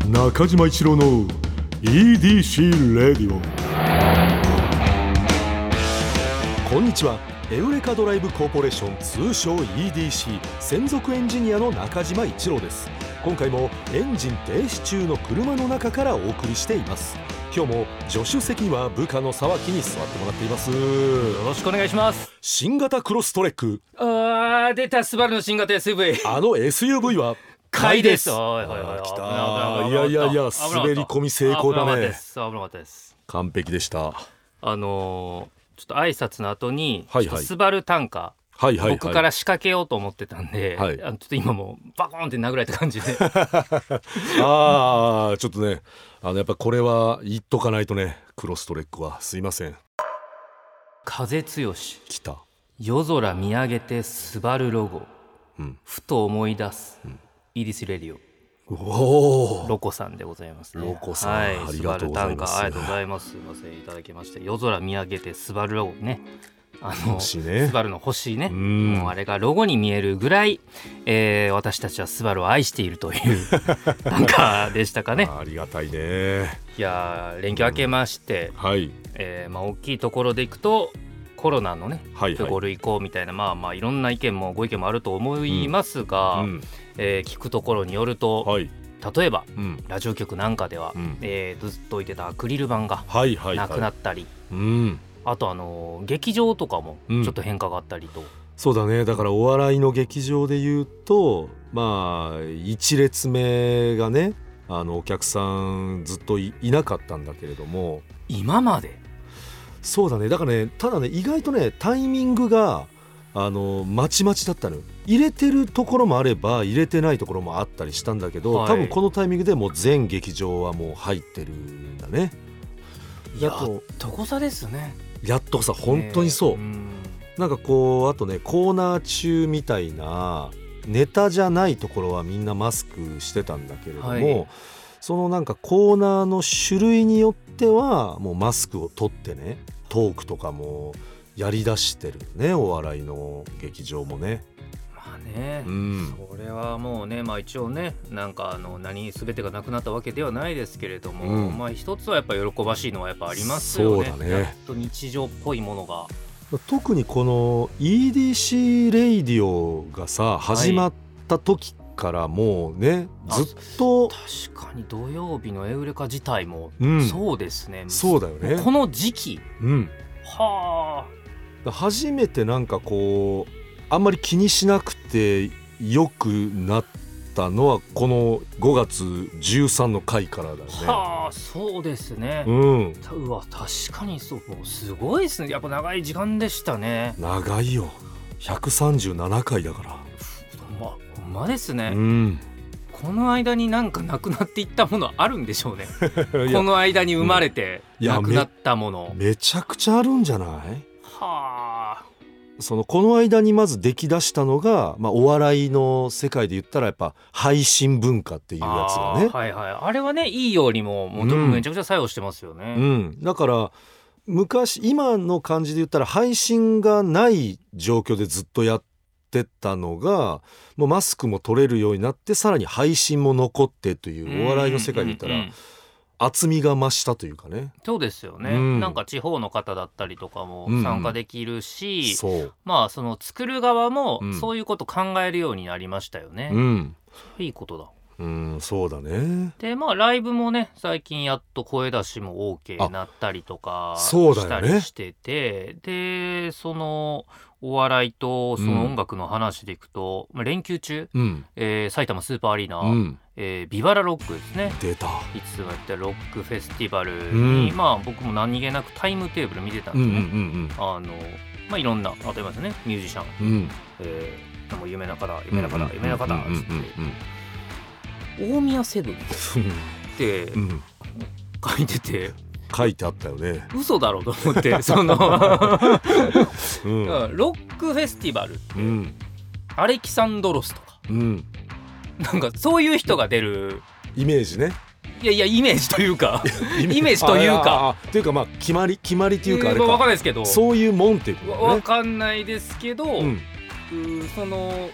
中島一郎の EDC レディオ。こんにちは。エウレカドライブコーポレーション、通称 EDC 専属エンジニアの中島一郎です。今回もエンジン停止中の車の中からお送りしています。今日も助手席には部下の沢木に座ってもらっています。よろしくお願いします。 新型クロストレック、 出たスバルの新型 SUV。 あの SUV は買いです。 来た。いや滑り込み成功だね。 危なかったです。 完璧でした。 ちょっと挨拶の後に、 はいはい、 スバル単価、僕から仕掛けようと思ってたんで、ちょっと今もうバコーンって殴られた感じでちょっとね、やっぱこれは言っとかないとね、クロストレックは。すいません。 風強し来た。 夜空見上げてスバルロゴ、ふと思い出す、EDC レディオ。ロコさんでございますね。 ロコさん、ありがとうございます。 ありがとうございます。すいません、いただきまして。夜空見上げてスバルロゴね、 星ね、 スバルの星ね、もうあれがロゴに見えるぐらい、私たちはスバルを愛しているというなんかでしたかね。 ありがたいね。 いや、連休明けまして、大きいところでいくとコロナのね、5類移行みたいな、いろんな意見もご意見もあると思いますが、聞くところによると、例えば、ラジオ局なんかでは、ずっと置いてたアクリル板がなくなったり、あと劇場とかもちょっと変化があったりと、 そうだね。だからお笑いの劇場で言うと、1列目がね、お客さんずっと いなかったんだけれども、 今まで。 そうだね。だからね、ただね、意外とね、タイミングがまちまちだったの。入れてるところもあれば入れてないところもあったりしたんだけど、多分このタイミングでもう全劇場はもう入ってるんだね。 やっとこさですね。 やっとさ、本当にそう、なんかこう、あとね、コーナー中みたいなネタじゃないところはみんなマスクしてたんだけれども、そのなんかコーナーの種類によってはもうマスクを取ってね、トークとかもやりだしてるね、お笑いの劇場もね。 それはもうね、一応ね、なんか何全てがなくなったわけではないですけれども、一つはやっぱ喜ばしいのはやっぱありますよね。 そうだね。 やっと日常っぽいものが。 特にこの EDC レイディオがさ、始まった時からもうね、ずっと。 確かに土曜日のエウレカ自体も、そうですね。 そうだよね。 この時期、 初めてなんかこうあんまり気にしなくてよくなったのはこの5月13の回からだね。 そうですね。うわ、確かにそう。すごいですね。やっぱ長い時間でしたね。 長いよ。137回だから。 ほんまですね。この間になんかなくなっていったものあるんでしょうねこの間に生まれてなくなったもの、 めちゃくちゃあるんじゃない？この間にまず出来出したのが、お笑いの世界で言ったらやっぱ配信文化っていうやつがね。 あれはね、いいようにもめちゃくちゃ作用してますよね。 だから今の感じで言ったら配信がない状況でずっとやってたのが、もうマスクも取れるようになって、さらに配信も残ってという、お笑いの世界で言ったら厚みが増したというかね。 そうですよね。なんか地方の方だったりとかも参加できるし、その作る側もそういうこと考えるようになりましたよね。いいことだ。 そうだね。 でライブもね、最近やっと声出しも OK になったりとかしたりしてて、でそのお笑いとその音楽の話でいくと、連休中、埼玉スーパーアリーナ、ビバラロックですね。 出た。 いつもやってるロックフェスティバルに、僕も何気なくタイムテーブル見てたんですね。いろんな、例えばですね、ミュージシャン、もう有名な方有名な方有名な方っつって、大宮セブンって書いてて、 書いてあったよね。 嘘だろうと思ってロックフェスティバルって、アレキサンドロスとか、なんかそういう人が出るイメージね。 いやイメージというかイメージというかというか、決まりっていうか、あれか、 分かんないですけど、 そういうもんっていうことね。 分かんないですけど、その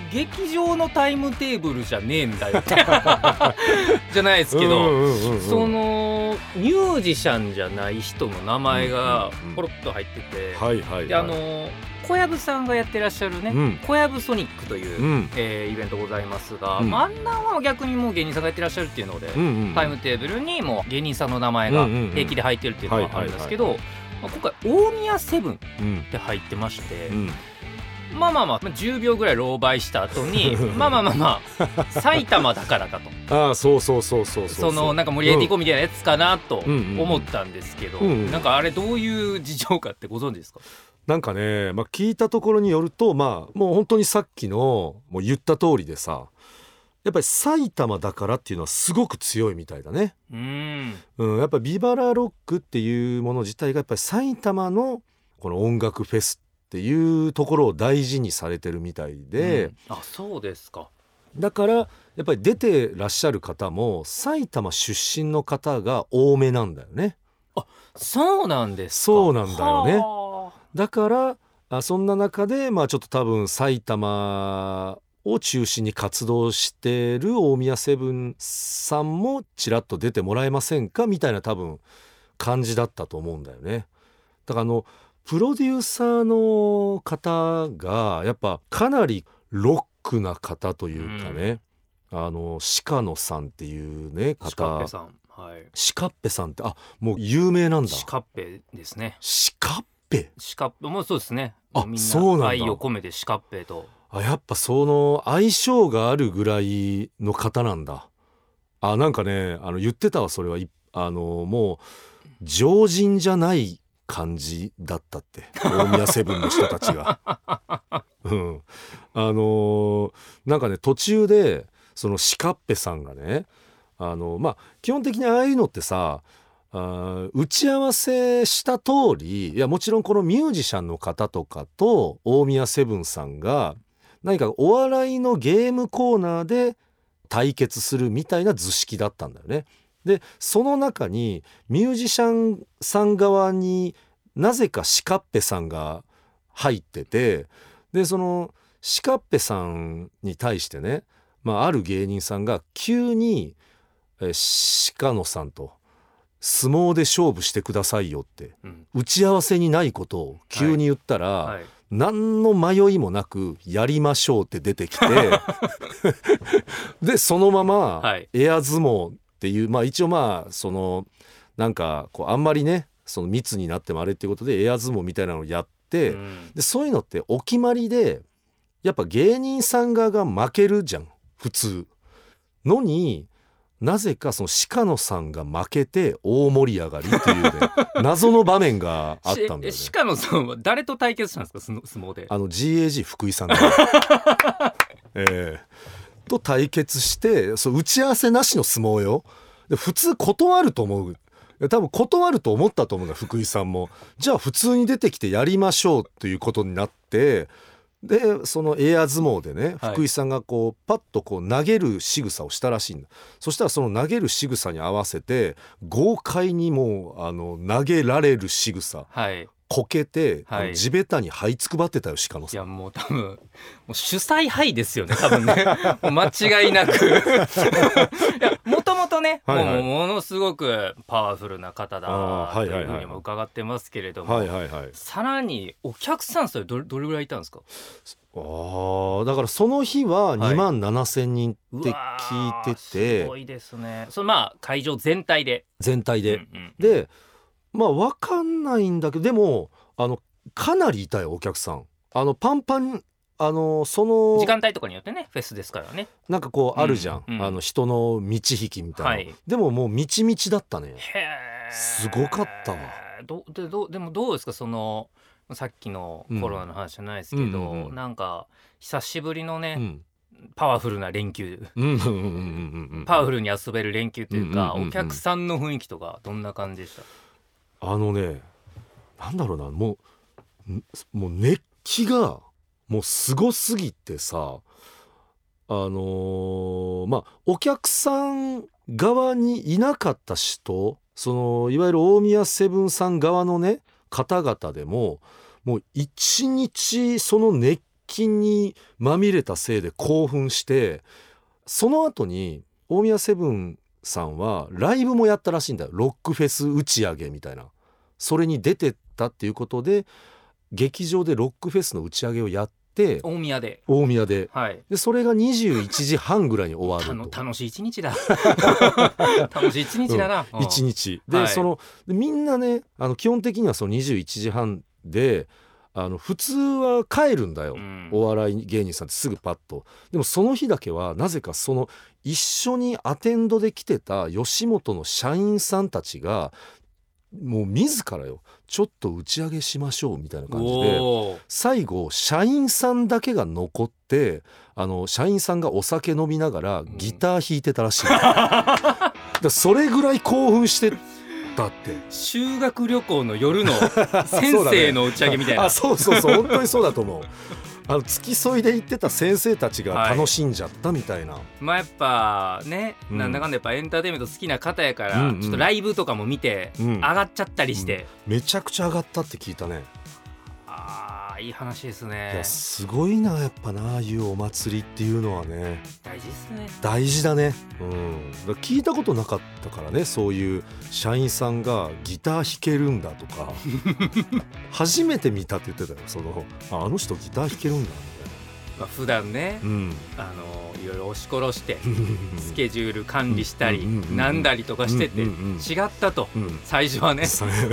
劇場のタイムテーブルじゃねえんだよじゃないですけど、そのミュージシャンじゃない人の名前がポロッと入ってて、小籔さんがやってらっしゃるね、小籔ソニックという、イベントございますが、あんなんは逆にもう芸人さんがやってらっしゃるっていうので、タイムテーブルにもう芸人さんの名前が平気で入ってるっていうのがあるんですけど、今回大宮セブンって入ってまして、まあ10秒ぐらい狼狽した後にまあ埼玉だからかとそうそのなんか盛り上げていこうみたいなやつかなと思ったんですけど、なんかあれどういう事情かってご存知ですか？ なんかね、聞いたところによると、もう本当にさっきのもう言った通りでさ、やっぱり埼玉だからっていうのはすごく強いみたいだね。やっぱりビバラロックっていうもの自体がやっぱり埼玉のこの音楽フェスっていうところを大事にされてるみたいで、 あ、そうですか。 だからやっぱり出てらっしゃる方も埼玉出身の方が多めなんだよね。 あ、そうなんですか。 そうなんだよね。だからそんな中でちょっと多分埼玉を中心に活動してる大宮セブンさんもちらっと出てもらえませんかみたいな多分感じだったと思うんだよね。だからプロデューサーの方がやっぱかなりロックな方というかね、鹿野さんっていうね方、 鹿っぺさん、 鹿っぺさんってもう有名なんだ。 鹿っぺですね。 鹿っぺもうそうですね。みんな愛を込めて鹿っぺと。 やっぱその相性があるぐらいの方なんだ。なんかね言ってたわ、それはもう常人じゃない感じだったって大宮セブンの人たちがなんかね途中でその鹿っぺさんがね基本的にああいうのってさ、打ち合わせした通り、いやもちろんこのミュージシャンの方とかと大宮セブンさんが何かお笑いのゲームコーナーで対決するみたいな図式だったんだよね。でその中にミュージシャンさん側になぜか鹿っぺさんが入ってて、でその鹿っぺさんに対してね、ある芸人さんが急に鹿野さんと相撲で勝負してくださいよって、打ち合わせにないことを急に言ったら、何の迷いもなくやりましょうって出てきてでそのままエア相撲っていう、一応そのなんかこうあんまりねその密になってもあれっていうことでエア相撲みたいなのをやって、でそういうのってお決まりでやっぱ芸人さん側が負けるじゃん普通のに、なぜかその鹿野さんが負けて大盛り上がりっていうね謎の場面があったんだよね。 鹿野さんは誰と対決したんですか、相撲で。 GAG 福井さんが、と対決して、打ち合わせなしの相撲よ。で普通断ると思う。多分断ると思ったと思うんだ福井さんも。じゃあ普通に出てきてやりましょうということになって、でそのエア相撲でね、福井さんがこうパッとこう投げる仕草をしたらしいんだ。そしたらその投げる仕草に合わせて豪快にもう投げられる仕草、こけて、地べたに這いつくばってたよ鹿野さん。 いやもう多分もう主催杯ですよね多分ねもう間違いなくいやもともとね、もうものすごくパワフルな方だというふうにも伺ってますけれども、さらにお客さんそれどれぐらいいたんですか？ だからその日は2万7,000人って聞いてて、 すごいですね。それ会場全体でで分かんないんだけど、でもかなりいたよお客さん。パンパンその時間帯とかによってねフェスですからね、 なんかこうあるじゃん、人の満ち引きみたいな、でももうみちみちだったね。すごかったわ。 でもどうですか、そのさっきのコロナの話じゃないですけど、なんか久しぶりのね、パワフルな連休、パワフルに遊べる連休というか、お客さんの雰囲気とかどんな感じでした？ なんだろうな、もう熱気がもうすごすぎてさ、お客さん側にいなかった人、そのいわゆる大宮セブンさん側のね方々でも、もう一日その熱金にまみれたせいで興奮して、その後に大宮セブンさんはライブもやったらしいんだよ。ロックフェス打ち上げみたいな、それに出てったっていうことで劇場でロックフェスの打ち上げをやって、 大宮で、 はい、でそれが21時半ぐらいに終わると楽しい一日だ楽しい一日だな、 一日で、はい、みんなね基本的にはその21時半で普通は帰るんだよ、お笑い芸人さんってすぐパッと。でもその日だけはなぜかその一緒にアテンドで来てた吉本の社員さんたちがもう自らよ、ちょっと打ち上げしましょうみたいな感じで、最後社員さんだけが残って、社員さんがお酒飲みながらギター弾いてたらしい、だそれぐらい興奮してだって。 修学旅行の夜の先生の打ち上げみたいなそう本当にそうだと思う付き添いで行ってた先生たちが楽しんじゃったみたいな、はい、 まあやっぱね、なんだかんだやっぱエンターテインメント好きな方やから、ちょっとライブとかも見て上がっちゃったりして、 めちゃくちゃ上がったって聞いたね。 いい話ですね。 いやすごいな、やっぱな、ああいうお祭りっていうのはね大事ですね。 大事だね、だ聞いたことなかったからね、そういう社員さんがギター弾けるんだとか初めて見たって言ってたよ。あの人ギター弾けるんだみたいな。 普段ね、いろいろ押し殺してスケジュール管理したりなんだりとかしてて違ったと、最初はね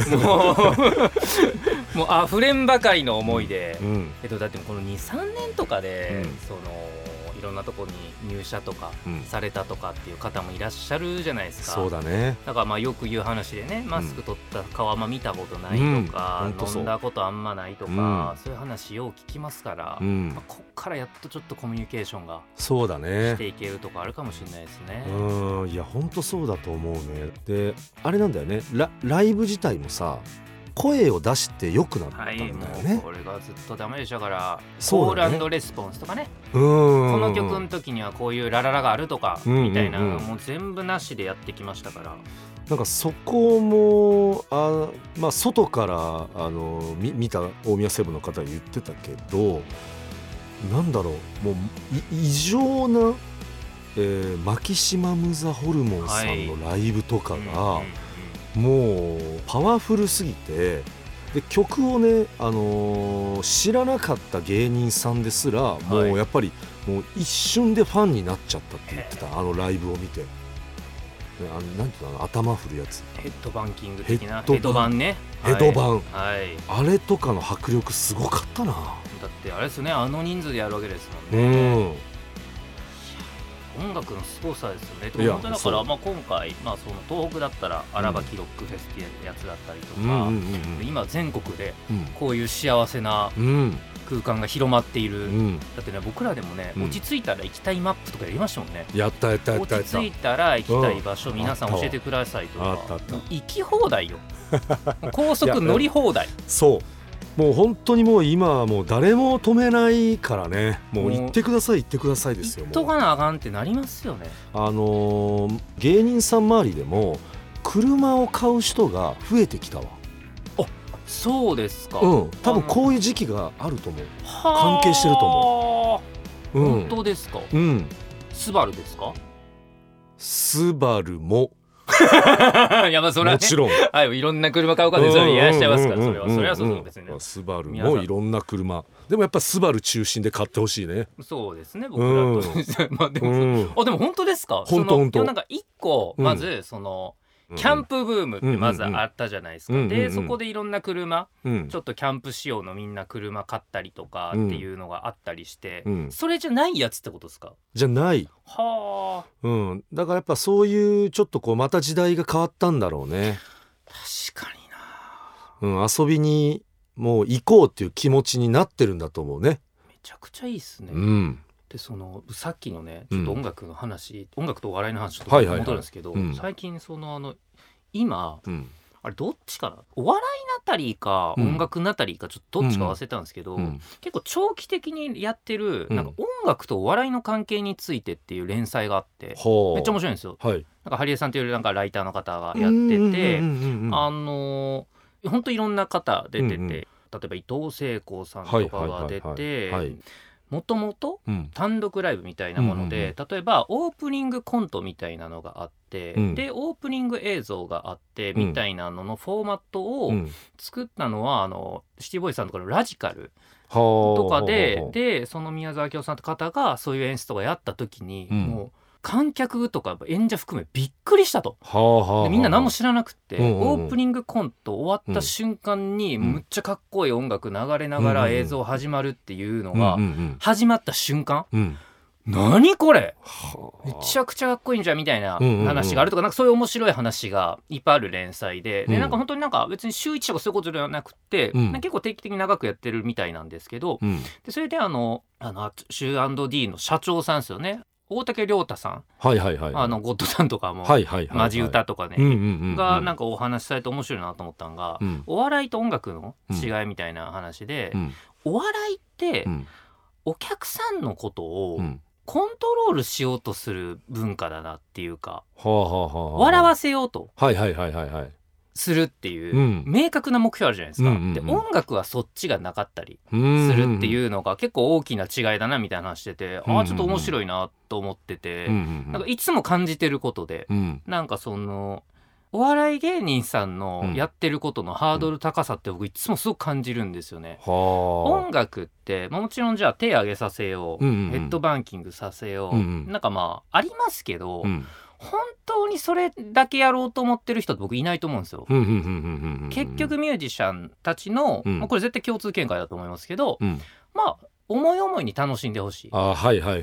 もう溢れんばかりの思いで、だってこの 2,3 年とかで、いろんなとこに入社とかされたとかっていう方もいらっしゃるじゃないですか。 そうだね。 だからよく言う話でね、マスク取った顔あんま見たことないとか、飲んだことあんまないとか、そういう話よう聞きますから、こっからやっとちょっとコミュニケーションがそうだねしていけるとかあるかもしれないですね。 いや本当そうだと思うね。であれなんだよね、ライブ自体もさ、声を出して良くなったんだよね。 もうこれがずっとダメでしたから、コール&レスポンスとかね、この曲の時にはこういうラララがあるとかみたいな、もう全部なしでやってきましたから、 なんかそこも外から見た大宮セブンの方は言ってたけど、なんだろう、もう異常な、マキシマム・ザ・ホルモンさんのライブとかが、もうパワフルすぎて、で曲をね、知らなかった芸人さんですら、もうやっぱりもう一瞬でファンになっちゃったって言ってた、ライブを見て。なんていうの、頭振るやつ、 ヘッドバンキング的なヘッドバンね、 ヘッドバン、あれとかの迫力すごかったな。だってあれですよね、人数でやるわけですもんね。音楽のすごさですよね。本当だから、今回、その東北だったら荒垣ロックフェスっていうやつだったりとか、今全国でこういう幸せな空間が広まっている、だってね、僕らでもね、落ち着いたら行きたいマップとかやりましたもんね。 やった落ち着いたら行きたい場所、皆さん教えてくださいとか、行き放題よ高速乗り放題。 そうもう本当にもう今はもう誰も止めないからね、もう行ってください行ってくださいですよ。 行っとかなあかんってなりますよね。 芸人さん周りでも車を買う人が増えてきたわ。 あ、そうですか。 多分こういう時期があると思う。関係してると思う。本当ですか。スバルですか。 スバルもいや、それは、ね、 もちろん、 いろんな車買う方でいらっしゃいますから、それはそう別にね。 スバルもいろんな車でもやっぱスバル中心で買ってほしいね。 そうですね、僕らとでも本当ですか。 本当なんか一個まずキャンプブームってまずあったじゃないですか。でそこでいろんな車、ちょっとキャンプ仕様のみんな車買ったりとかっていうのがあったりして、それじゃないやつってことですか。 じゃないはあ、だからやっぱそういうちょっとこうまた時代が変わったんだろうね。 確かにな、 遊びにもう行こうっていう気持ちになってるんだと思うね。 めちゃくちゃいいっすね。でさっきのね、ちょっと音楽の話、音楽とお笑いの話ちょっと戻るんですけど、最近今、あれどっちかな、お笑いナタリーか音楽ナタリーかちょっとどっちか忘れたんですけど、結構長期的にやってるなんか音楽とお笑いの関係についてっていう連載があって、めっちゃ面白いんですよ。なんかハリエさんというなんかライターの方がやってて、本当いろんな方出てて、 例えば伊藤聖子さんとかが出て、もともと単独ライブみたいなもので、例えばオープニングコントみたいなのがあって、でオープニング映像があってみたいなののフォーマットを作ったのはシティボーイさんとかのラジカルとかでその宮沢明夫さんって方がそういう演出とかやった時に、もう観客とか演者含めびっくりしたと。でみんな何も知らなくって、オープニングコント終わった瞬間にむっちゃかっこいい音楽流れながら映像始まるっていうのが始まった瞬間、何これめちゃくちゃかっこいいんじゃんみたいな話があるとか、なんかそういう面白い話がいっぱいある連載で、なんか本当になんか別に週1とかそういうことではなくて、結構定期的に長くやってるみたいなんですけど、でそれでシュー&Dの社長さんですよね、大竹亮太さん、ゴッドさんとかもマジ歌とかねがなんかお話しされて面白いなと思ったのが、お笑いと音楽の違いみたいな話で、お笑いってお客さんのことをコントロールしようとする文化だなっていうか、笑わせようとするっていう明確な目標あるじゃないですか。で音楽はそっちがなかったりするっていうのが結構大きな違いだなみたいな話してて、ちょっと面白いなと思ってて、なんかいつも感じてることで、なんかそのお笑い芸人さんのやってることのハードル高さって僕いつもすごく感じるんですよね。音楽ってもちろんじゃあ手上げさせよう、ヘッドバンキングさせよう、なんかまあありますけど、本当にそれだけやろうと思ってる人って僕いないと思うんですよ。結局ミュージシャンたちの、これ絶対共通見解だと思いますけど、まあ思い思いに楽しんでほしい。も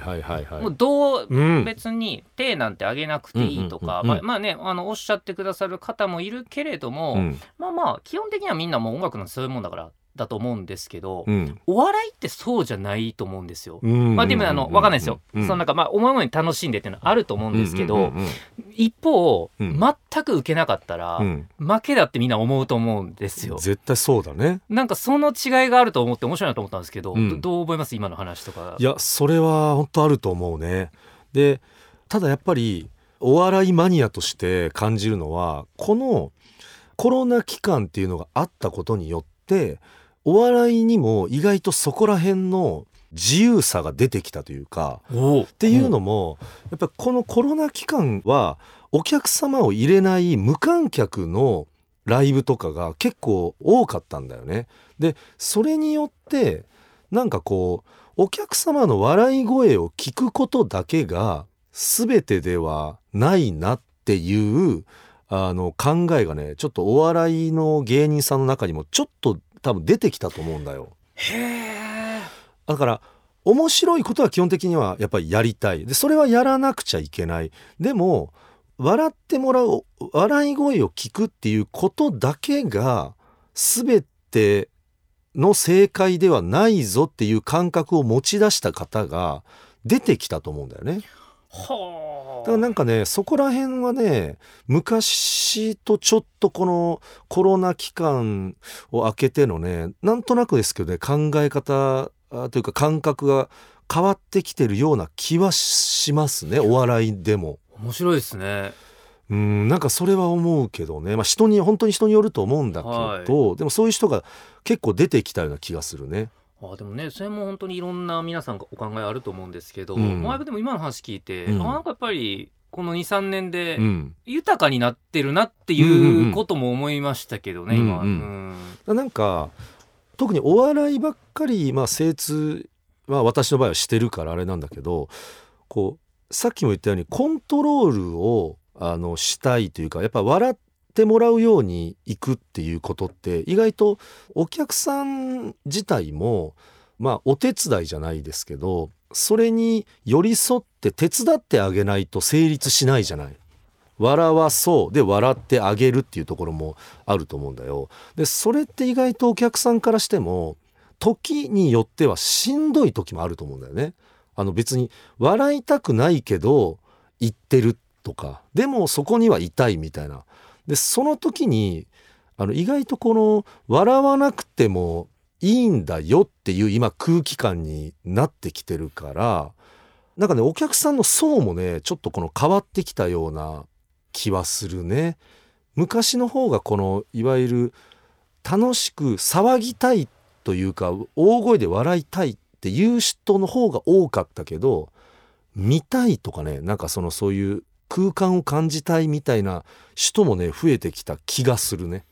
う別に手なんてあげなくていいとか、まあねおっしゃってくださる方もいるけれども、まあ基本的にはみんなもう音楽なんてそういうもんだからだと思うんですけど、お笑いってそうじゃないと思うんですよ。まあでも分かんないですよ。そのなんかまあ思い思いに楽しんでっていうのはあると思うんですけど、一方全く受けなかったら負けだってみんな思うと思うんですよ。 絶対そうだね。 なんかその違いがあると思って面白いなと思ったんですけど、どう思います今の話とか。 いやそれは本当あると思うね。でただやっぱりお笑いマニアとして感じるのは、このコロナ期間っていうのがあったことによってお笑いにも意外とそこら辺の自由さが出てきたというか、っていうのもやっぱりこのコロナ期間はお客様を入れない無観客のライブとかが結構多かったんだよね。でそれによってなんかこうお客様の笑い声を聞くことだけが全てではないなっていう考えがね、ちょっとお笑いの芸人さんの中にもちょっと多分出てきたと思うんだよ。だから面白いことは基本的にはやっぱりやりたい。でそれはやらなくちゃいけない。でも笑ってもらう、笑い声を聞くっていうことだけが全ての正解ではないぞっていう感覚を持ち出した方が出てきたと思うんだよね。だからなんかね、そこら辺はね、昔とちょっとこのコロナ期間を明けてのね、なんとなくですけどね、考え方というか感覚が変わってきてるような気はしますね。お笑いでも面白いですね。 なんかそれは思うけどね、本当に人によると思うんだけど、でもそういう人が結構出てきたような気がするね。 でもね、それも本当にいろんな皆さんがお考えあると思うんですけど、でも今の話聞いて、なんかやっぱりこの 2,3 年で豊かになってるなっていうことも思いましたけどね、今。 なんか特にお笑いばっかり、精通は私の場合はしてるからあれなんだけど、こうさっきも言ったようにコントロールをしたいというか、やっぱ笑ってもらうようにいくっていうことって意外とお客さん自体もお手伝いじゃないですけど、それに寄り添って手伝ってあげないと成立しないじゃない。笑わそうで笑ってあげるっていうところもあると思うんだよ。でそれって意外とお客さんからしても時によってはしんどい時もあると思うんだよね。別に笑いたくないけど言ってるとか、でもそこには痛いみたいな。でその時に意外とこの笑わなくてもいいんだよっていう今空気感になってきてるから、なんかね、お客さんの層もねちょっとこの変わってきたような気はするね。昔の方がこのいわゆる楽しく騒ぎたいっというか大声で笑いたいっていう人の方が多かったけど、見たいとかね、なんかそういう空間を感じたいみたいな人もね増えてきた気がするね。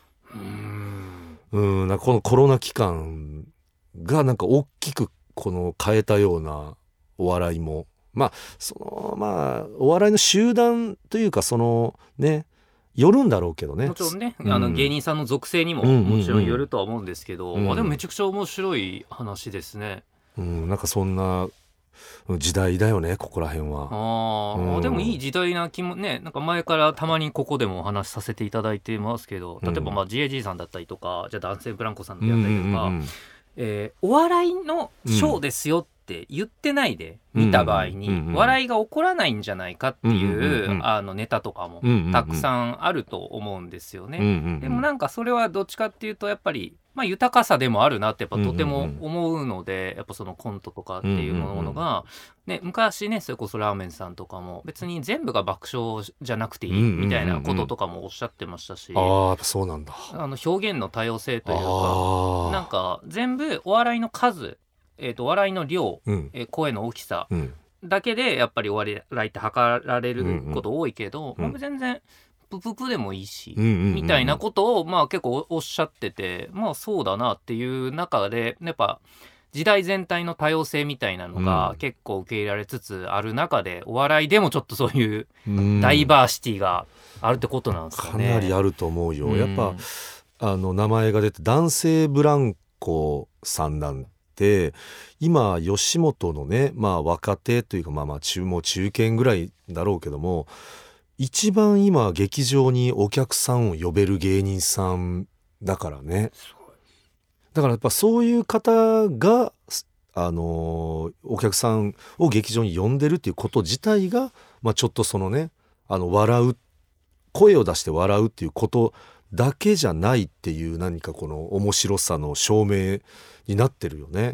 なんかこのコロナ期間がなんか大きくこの変えたようなお笑いも、お笑いの集団というかねよるんだろうけどね。 もちろんね、芸人さんの属性にももちろんよるとは思うんですけど、でもめちゃくちゃ面白い話ですね。 なんかそんな時代だよね、ここら辺は。 でもいい時代な気もね。なんか前からたまにここでもお話しさせていただいてますけど、例えばGAG さんだったりとか、じゃあ男性ブランコさんであったりとか、お笑いのショーですよって言ってないで見た場合に笑いが起こらないんじゃないかっていうネタとかもたくさんあると思うんですよね。でもなんかそれはどっちかっていうとやっぱり豊かさでもあるなってやっぱとても思うので、やっぱそのコントとかっていうものがね、昔ね、それこそラーメンさんとかも別に全部が爆笑じゃなくていいみたいなこととかもおっしゃってましたし、 やっぱそうなんだ。 表現の多様性というか、なんか全部お笑いの数、お笑いの量、声の大きさだけでやっぱりお笑いって測られること多いけど、全然プププでもいいし、みたいなことを結構おっしゃってて、そうだなっていう中でやっぱ時代全体の多様性みたいなのが結構受け入れられつつある中で、お笑いでもちょっとそういうダイバーシティがあるってことなんですかね。 かなりあると思うよ。やっぱ名前が出て男性ブランコさんなんて今吉本のね、若手というかもう中堅ぐらいだろうけども、一番今劇場にお客さんを呼べる芸人さんだからね。だからやっぱそういう方がお客さんを劇場に呼んでるっていうこと自体が、ちょっと笑う、声を出して笑うっていうことだけじゃないっていう、何かこの面白さの証明になってるよね。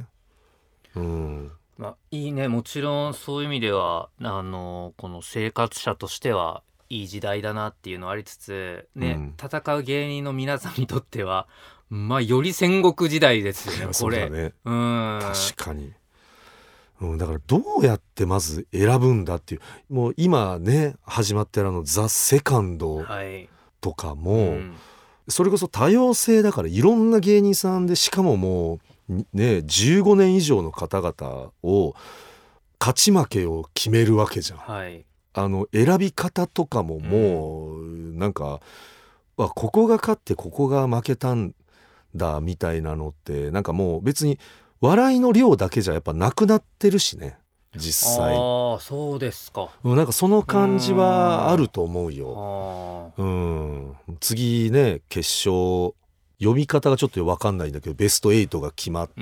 いいね。もちろんそういう意味ではこの生活者としてはいい時代だなっていうのはありつつね、戦う芸人の皆さんにとってはより戦国時代ですよね、これ。 そうだね。確かに。だからどうやってまず選ぶんだっていう、もう今ね始まってるザ・セカンドとかも、それこそ多様性だからいろんな芸人さんで、しかももうね15年以上の方々を勝ち負けを決めるわけじゃん。選び方とかももうなんか、ここが勝ってここが負けたんだみたいなのって、なんかもう別に笑いの量だけじゃやっぱなくなってるしね、実際。 そうですか。 なんかその感じはあると思うよ。次ね決勝、読み方がちょっと分かんないんだけどベスト8が決まって、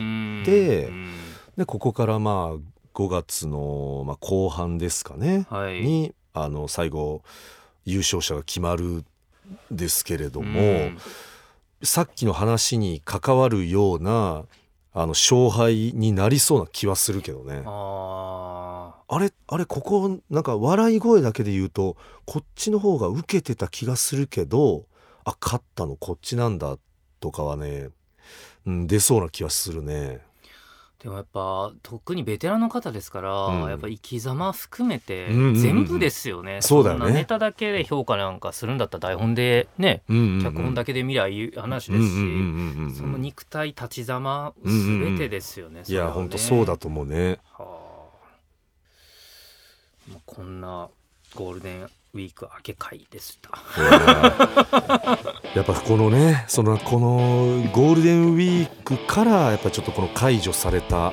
でここから5月の後半ですかね、に最後優勝者が決まるんですけれども、さっきの話に関わるような勝敗になりそうな気はするけどね。あれここなんか笑い声だけで言うとこっちの方が受けてた気がするけど、勝ったのこっちなんだとかはね、出そうな気はするね。 でもやっぱ特にベテランの方ですから、やっぱ生き様含めて全部ですよね。 そうだよね。 そんなネタだけで評価なんかするんだったら台本でね、脚本だけで見りゃいい話ですし、その肉体立ち様全てですよね。 いや本当そうだと思うね。 こんなゴールデンウィーク明け会でした。 やっぱこのね、このゴールデンウィークからやっぱちょっとこの解除された、やっ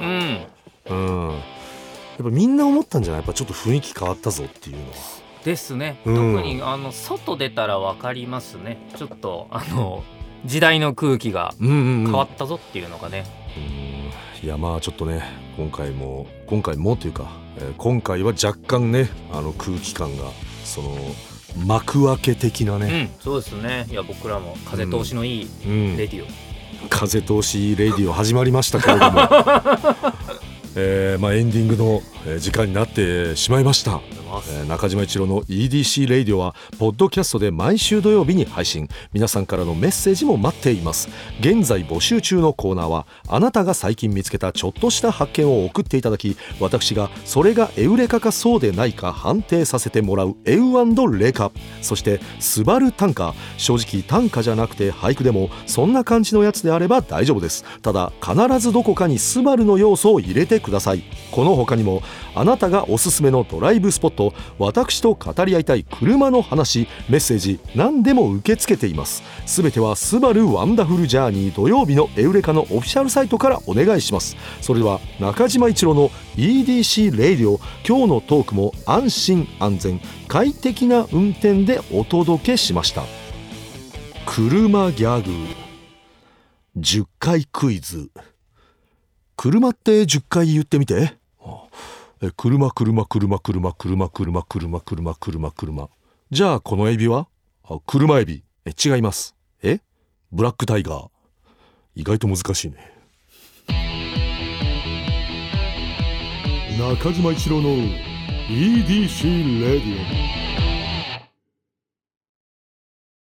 ぱみんな思ったんじゃない？やっぱちょっと雰囲気変わったぞっていうのは。 ですね。特に外出たら分かりますね。ちょっと時代の空気が変わったぞっていうのがね。 いやちょっとね今回もというか、今回は若干ね空気感が幕開け的なね、 そうですね。いや僕らも風通しのいいレディオ、 風通しいいレディオ始まりましたけれどもエンディングの時間になってしまいました。 ます。 中島一郎の EDC レイディオはポッドキャストで毎週土曜日に配信。皆さんからのメッセージも待っています。現在募集中のコーナーは、あなたが最近見つけたちょっとした発見を送っていただき、私がそれがエウレカかそうでないか判定させてもらうエウ&レカ。そしてスバル短歌、正直短歌じゃなくて俳句でもそんな感じのやつであれば大丈夫です。ただ必ずどこかにスバルの要素を入れてください。この他にもあなたがおすすめのドライブスポット、私と語り合いたい車の話、メッセージ何でも受け付けています。すべてはスバルワンダフルジャーニー土曜日のエウレカのオフィシャルサイトからお願いします。それでは中島一郎の EDC レイディオ、今日のトークも安心安全快適な運転でお届けしました。車ギャグ10回クイズ。車って10回言ってみて。車車車車車車車車車車。じゃあこのエビは車エビ。違います。ブラックタイガー。意外と難しいね。中島一郎の EDC レディオ。